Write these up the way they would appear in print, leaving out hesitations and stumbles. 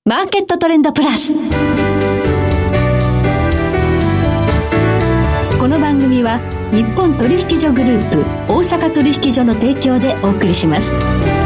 マーケットトレンドプラス。この番組は日本取引所グループ大阪取引所の提供でお送りします。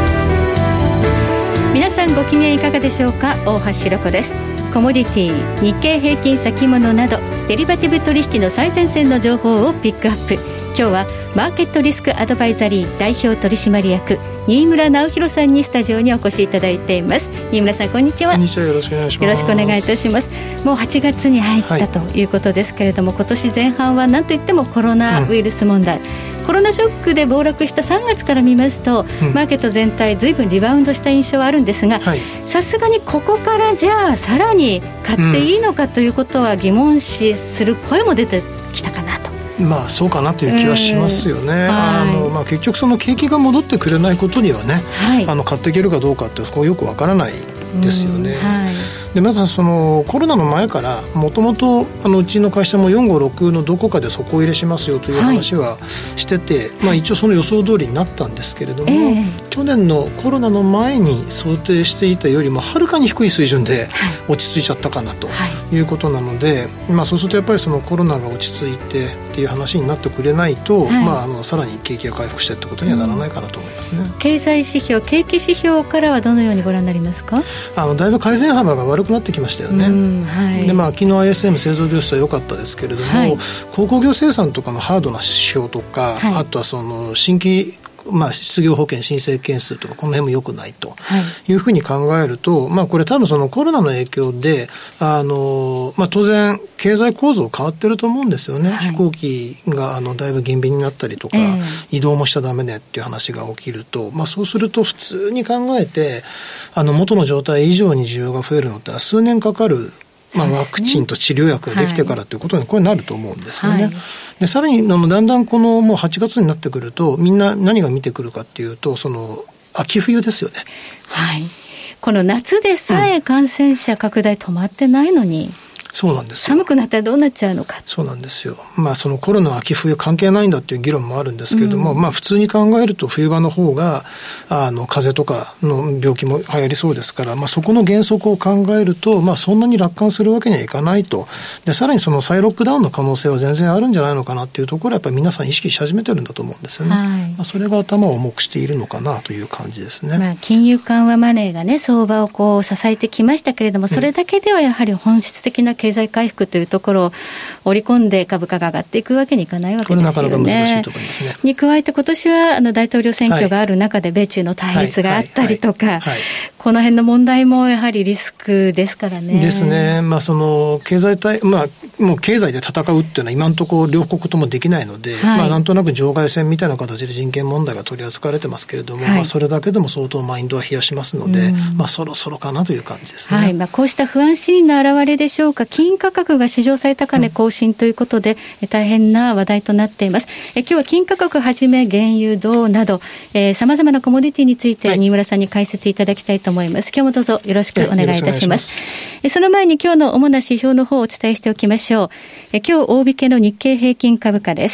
皆さんご機嫌いかがでしょうか。大橋ひろ子です。コモディティ、日経平均先物などデリバティブ取引の最前線の情報をピックアップ。今日はマーケットリスクアドバイザリー代表取締役新村直弘さんにスタジオにお越しいただいています。新村さん、こんにちは。 こんにちは、よろしくお願いします。 よろしくお願いいたします。もう8月に入ったということですけれども、今年前半は何といってもコロナウイルス問題、コロナショックで暴落した3月から見ますと、マーケット全体ずいぶんリバウンドした印象はあるんですが、さすがにここからじゃあさらに買っていいのかということは疑問視する声も出てきたかなと。 まあそうかなという気はしますよね。結局その景気が戻ってくれないことにはね、買っていけるかどうかってこうよくわからないですよね。でまずそのコロナの前からもともとうちの会社も456のどこかで底入れしますよという話はしてて、一応その予想通りになったんですけれども、去年のコロナの前に想定していたよりもはるかに低い水準で落ち着いちゃったかなということなので、そうするとやっぱりそのコロナが落ち着いてっていう話になってくれないと、さらに景気が回復してってことにはならないかなと思いますね。 経済指標、景気指標からはどのようにご覧になりますか。 だいぶ改善幅が悪くなってきましたよね。で昨日 ISM 製造業指数は良かったですけれども、鉱工業生産とかのハードな指標とか、あとはその新規失業保険申請件数とかこの辺も良くないというふうに考えると、これ多分そのコロナの影響で当然経済構造変わってると思うんですよね。飛行機がだいぶ減便になったりとか、移動もしちゃダメねっていう話が起きると、そうすると普通に考えて元の状態以上に需要が増えるのってのは数年かかる。ワクチンと治療薬ができてからということにこれなると思うんですよね。でさらにだんだんこのもう8月になってくるとみんな何が見てくるかっていうと、その秋冬ですよね。 この夏でさえ感染者拡大止まってないのに、 そうなんですよ。 寒くなったらどうなっちゃうのか。 そうなんですよ。そのコロナ秋冬関係ないんだっていう議論もあるんですけれども、普通に考えると冬場の方が風邪とかの病気も流行りそうですから、そこの原則を考えると、そんなに楽観するわけにはいかないと。でさらにその再ロックダウンの可能性は全然あるんじゃないのかなっていうところはやっぱり皆さん意識し始めてるんだと思うんですよね。それが頭を重くしているのかなという感じですね。 金融緩和マネーがね、相場を支えてきましたけれども、それだけではやはり本質的な経済回復というところを織り込んで株価が上がっていくわけにいかないわけですよね。 これなかなか難しいと思いますね。 に加えて今年は大統領選挙がある中で米中の対立があったりとか、この辺の問題もやはりリスクですからね。 ですね。その経済もう経済で戦うっていうのは今のところ両国ともできないので、なんとなく場外戦みたいな形で人権問題が取り扱われてますけれども、それだけでも相当マインドは冷やしますので、そろそろかなという感じですね。 こうした不安心理の表れでしょうか。金価格が史上最高値更新ということで、大変な話題となっています。今日は金価格はじめ原油銅など様々なコモディティについて新村さんに解説いただきたいと思います。今日もどうぞよろしくお願いいたします。その前に今日の主な指標の方をお伝えしておきましょう。今日大引けの日経平均株価です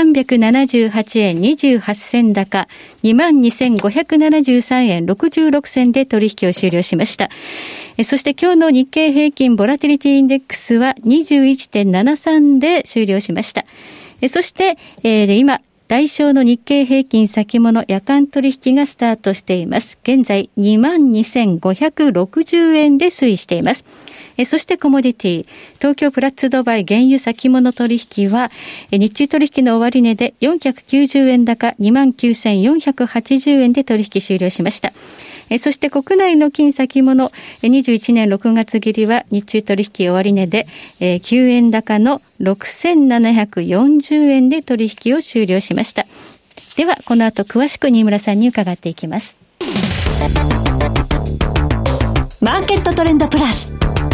。378円28銭高 22,573 円66銭で取引を終了しました。そして今日の日経平均ボラティリティインデックスは 21.73 で終了しました。そして今代償の日経平均先物夜間取引がスタートしています。現在 22,560 円で推移しています。そしてコモディティ、東京プラッツドバイ原油先物取引は日中取引の終値で490円高 29,480 円で取引終了しました。そして国内の金先物21年6月切りは日中取引終値で9円高の 6,740 円で取引を終了しました。ではこの後詳しく新村さんに伺っていきます。 マーケットトレンドプラス。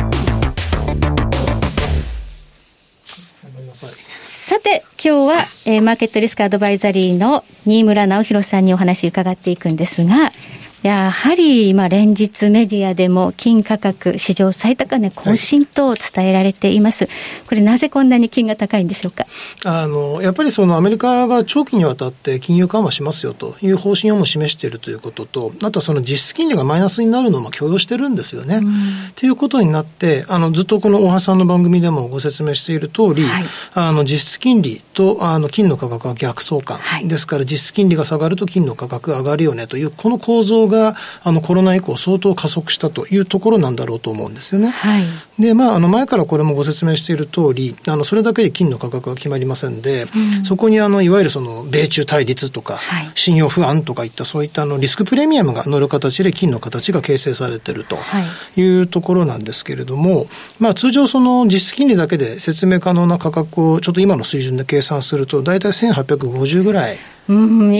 さて今日は、マーケットリスクアドバイザリーの新村直弘さんにお話伺っていくんですが、 やはり今連日メディアでも金価格史上最高値更新と伝えられています、これなぜこんなに金が高いんでしょうか。 やっぱりそのアメリカが長期にわたって金融緩和しますよという方針をも示しているということと、あとはその実質金利がマイナスになるのも許容してるんですよね。ということになってずっとこの大橋さんの番組でもご説明している通り、実質金利と金の価格は逆相関、ですから実質金利が下がると金の価格が上がるよねというこの構造がコロナ以降相当加速したというところなんだろうと思うんですよね。で、前からこれもご説明している通りそれだけで金の価格が決まりませんで、そこにいわゆるその米中対立とか、信用不安とかいったそういったリスクプレミアムが乗る形で金の形が形成されているというところなんですけれども、通常その実質金利だけで説明可能な価格をちょっと今の水準で計算するとだいたい1850ぐらい、 今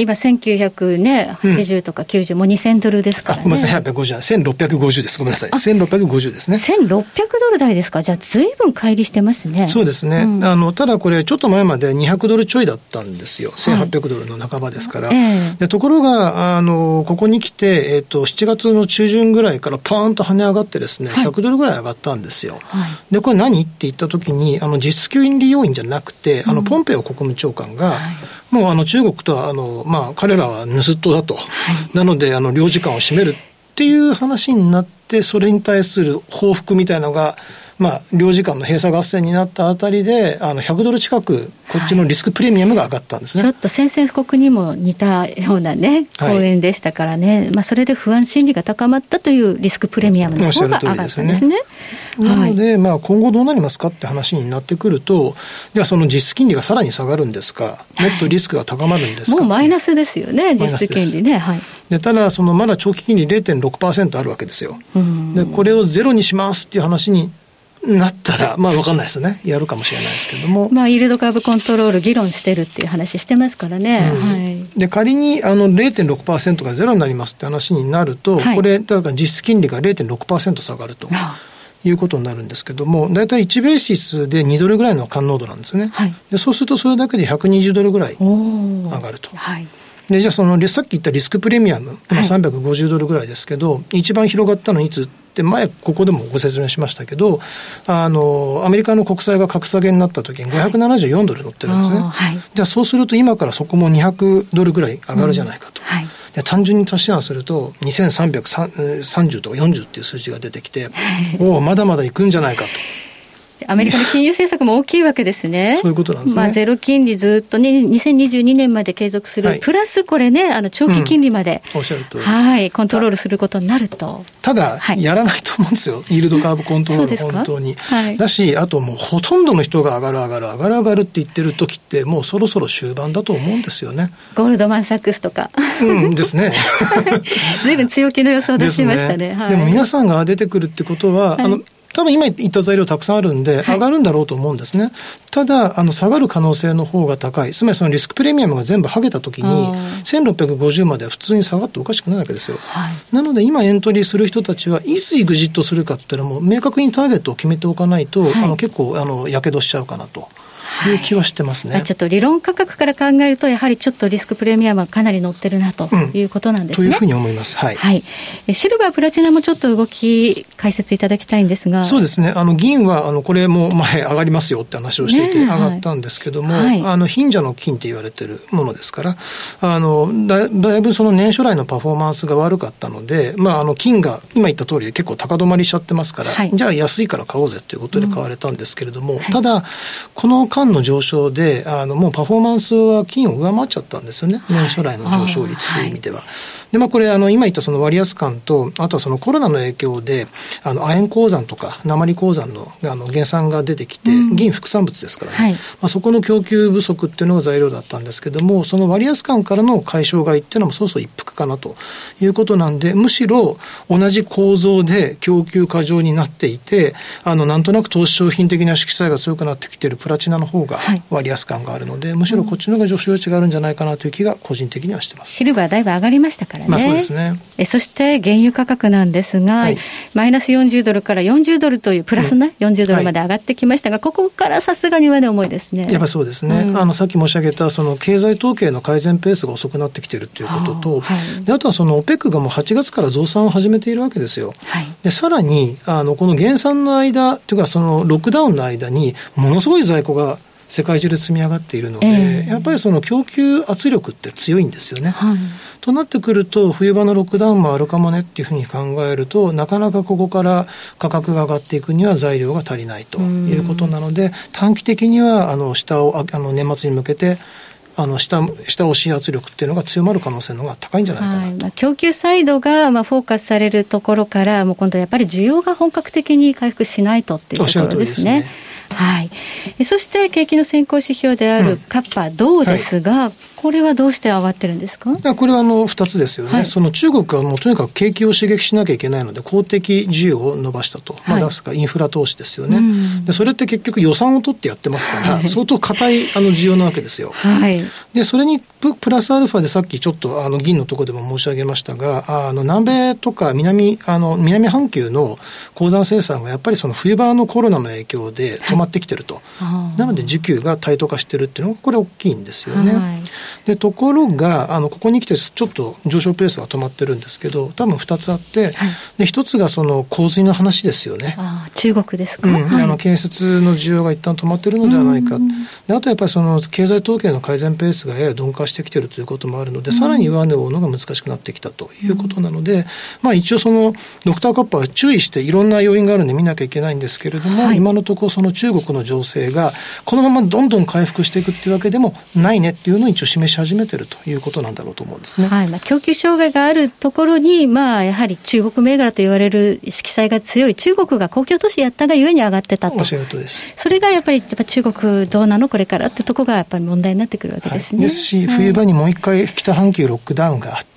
1980とか90、もう2000ドルですからね。 ごめんなさい、1650です。ごめんなさい。1650ですね。 1600ドル台ですか。じゃあ随分乖離してますね。 そうですね。ただこれちょっと前まで200ドルちょいだったんですよ。1800ドルの半ばですから。でところが、ここに来て、7月の中旬ぐらいからパーンと跳ね上がってですね、100ドルぐらい上がったんですよ。で、これ何って言った時に、実質金利要因じゃなくて、ポンペオ国務長官が、もう中国とは彼らは盗人だと、なので領事館を閉めるっていう話になって、それに対する報復みたいなのが領事館の閉鎖合戦になったあたりで100ドル近くこっちのリスクプレミアムが上がったんですね。 ちょっと宣戦布告にも似たようなね講演でしたからね、それで不安心理が高まったというリスクプレミアムの方が上がったんですね。 なので、今後どうなりますかって話になってくると、じゃあその実質金利がさらに下がるんですか、もっとリスクが高まるんですか。 もうマイナスですよね、実質金利ね。 でただまだ長期金利 0.6% あるわけですよ。でこれをゼロにしますっていう話になったら分かんないですよね。やるかもしれないですけども、 イールドカーブコントロール議論してるっていう話してますからね。 で仮に0.6% がゼロになりますって話になると、これだから実質金利が 0.6% 下がるということになるんですけども、だいたい1ベーシスで2ドルぐらいの感濃度なんですよね。でそうするとそれだけで120ドルぐらい上がると。でじゃあさっき言ったリスクプレミアム、今350ドルぐらいですけど、一番広がったのいつって前ここでもご説明しましたけど、アメリカの国債が格下げになった時に574ドル乗ってるんですね。じゃあそうすると今からそこも200ドルぐらい上がるじゃないかと。で単純に足し算すると2330とか40っていう数字が出てきて、まだまだ行くんじゃないかと。 アメリカの金融政策も大きいわけですね。 そういうことなんですね。 ゼロ金利ずっとね、2022年まで継続する、プラスこれね、長期金利まで、 おっしゃる通り、 コントロールすることになると。 ただ、やらないと思うんですよ。イールドカーブコントロール本当に。だし、あともうほとんどの人が上がるって言ってる時って、もうそろそろ終盤だと思うんですよね。 ゴールドマンサックスとか。 ですね。 随分強気の予想を出しましたね。 でも皆さんが出てくるってことは、多分今言った材料たくさんあるんで上がるんだろうと思うんですね。ただ下がる可能性の方が高い。つまりそのリスクプレミアムが全部剥げた時に1650までは普通に下がっておかしくないわけですよ。なので今エントリーする人たちはいつエグジットするかっていうのはもう明確にターゲットを決めておかないと、結構やけどしちゃうかなという気はしてますね。 ちょっと理論価格から考えるとやはりちょっとリスクプレミアムはかなり乗ってるなということなんですね。 というふうに思います。 シルバープラチナもちょっと動き解説いただきたいんですが。 そうですね。銀はこれも前上がりますよって話をしていて上がったんですけども、貧者の金って言われてるものですからだいぶその年初来のパフォーマンスが悪かったので、金が今言った通り結構高止まりしちゃってますから、じゃあ安いから買おうぜということで買われたんですけれども、ただこの間の上昇でもうパフォーマンスは金を上回っちゃったんですよね。年初来の上昇率という意味では。でこれ今言ったその割安感と、あとはそのコロナの影響で亜鉛鉱山とか鉛鉱山の減産が出てきて、銀副産物ですからね、そこの供給不足っていうのが材料だったんですけども、その割安感からの解消買いっていうのもそろそろ一服かなということなんで、むしろ同じ構造で供給過剰になっていてなんとなく投資商品的な色彩が強くなってきているプラチナの方が割安感があるので、むしろこっちの方が上昇余地があるんじゃないかなという気が個人的にはしてます。 シルバーだいぶ上がりましたかからね。 そうですね。 そして原油価格なんですが、マイナス40ドルから40ドルというプラスね、40ドルまで上がってきましたが、ここからさすがに上値重いですね。 やっぱりそうですね。さっき申し上げたその経済統計の改善ペースが遅くなってきているということと、であとはその OPEC がもう8月から増産を始めているわけですよ。でさらにこの減産の間というかそのロックダウンの間にものすごい在庫が世界中で積み上がっているので、やっぱりその供給圧力って強いんですよね。となってくると冬場のロックダウンもあるかもねっていうふうに考えると、なかなかここから価格が上がっていくには材料が足りないということなので、短期的には下を年末に向けて下押し圧力っていうのが強まる可能性の方が高いんじゃないかなと。 供給サイドがフォーカスされるところから、もう今度やっぱり需要が本格的に回復しないとっていうところですね。そして景気の先行指標であるカッパ銅ですが、これはどうして上がってるんですか？ これは2つですよね。その中国はもうとにかく景気を刺激しなきゃいけないので公的需要を伸ばしたと、出すかインフラ投資ですよね。でそれって結局予算を取ってやってますから、相当硬い需要なわけですよ。でそれにプラスアルファでさっきちょっと銀のところでも申し上げましたが、南米とか南半球の鉱山生産がやっぱりその冬場のコロナの影響で止まってきてると。なので需給がタイト化してるっていうのがこれ大きいんですよね。でところがここに来てちょっと上昇ペースが止まってるんですけど、多分2つあって、で1つがその洪水の話ですよね。 中国ですか？ 建設の需要が一旦止まってるのではないか。であとやっぱりその経済統計の改善ペースがやや鈍化してきてるということもあるので、さらに上値を追うのが難しくなってきたということなので、一応そのドクターカッパーは注意していろんな要因があるんで見なきゃいけないんですけれども、今のところその中国の情勢がこのままどんどん回復していくっていうわけでもないねっていうのを一応示し始めてるということなんだろうと思うんですね。 供給障害があるところに、やはり中国銘柄と言われる色彩が強い中国が公共投資やったがゆえに上がってたと。 おっしゃるとおりです。 それがやっぱり中国どうなのこれからってとこがやっぱり問題になってくるわけですね。 ですし、冬場にもう一回北半球ロックダウンがあって、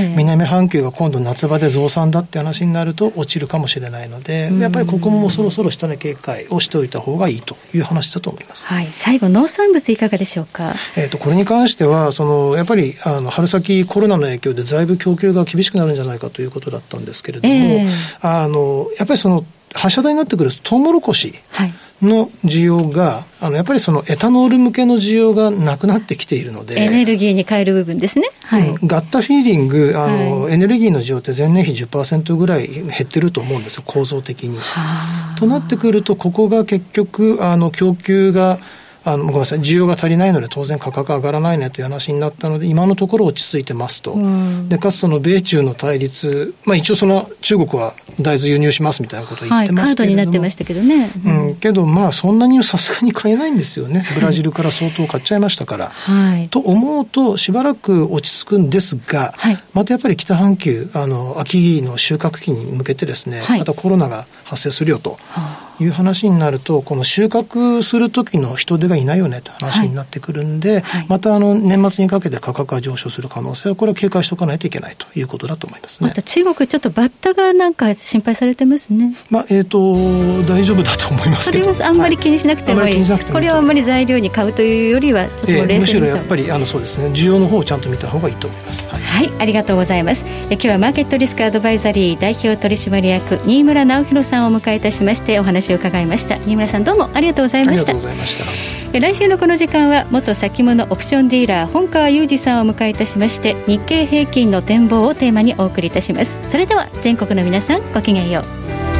南半球が今度夏場で増産だって話になると落ちるかもしれないので、やっぱりここもそろそろ下値警戒をしておいた方がいいという話だと思います。 最後農産物いかがでしょうか？ これに関してはやっぱり春先コロナの影響でだいぶ供給が厳しくなるんじゃないかということだったんですけれども、やっぱりその発射台になってくるトウモロコシの需要が、やっぱりそのエタノール向けの需要がなくなってきているので、 エネルギーに変える部分ですね。 ガッタフィーリングエネルギーの需要って前年比 10% ぐらい減ってると思うんですよ、構造的に。となってくるとここが結局供給がごめんなさい、需要が足りないので当然価格上がらないねという話になったので、今のところ落ち着いてますと。でかつその米中の対立、一応その中国は大豆輸入しますみたいなことを言ってますけれども、 カードになってましたけどね。 けどそんなにさすがに買えないんですよね。ブラジルから相当買っちゃいましたから。と思うとしばらく落ち着くんですが、またやっぱり北半球秋の収穫期に向けてですね、またコロナが発生するよという話になると、この収穫する時の人手がいないよねという話になってくるんで、また年末にかけて価格が上昇する可能性はこれは警戒しておかないといけないということだと思いますね。 また中国ちょっとバッタがなんか心配されてますね。 大丈夫だと思いますけど、 それはあんまり気にしなくてもいい、これはあんまり材料に買うというよりはちょっと冷静に、 むしろやっぱりそうですね、需要の方をちゃんと見た方がいいと思います。 ありがとうございます。今日はマーケットリスクアドバイザリー代表取締役新村直弘さんをお迎えいたしましてお話を伺いました。新村さんどうもありがとうございました。 ありがとうございました。 来週のこの時間は元先物オプションディーラー本川雄二さんをお迎えいたしまして、日経平均の展望をテーマにお送りいたします。それでは全国の皆さんごきげんよう。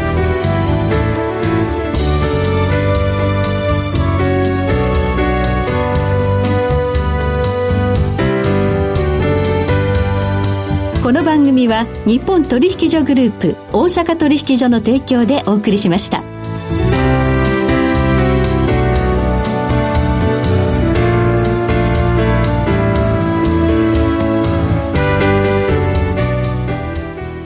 この番組は日本取引所グループ大阪取引所の提供でお送りしました。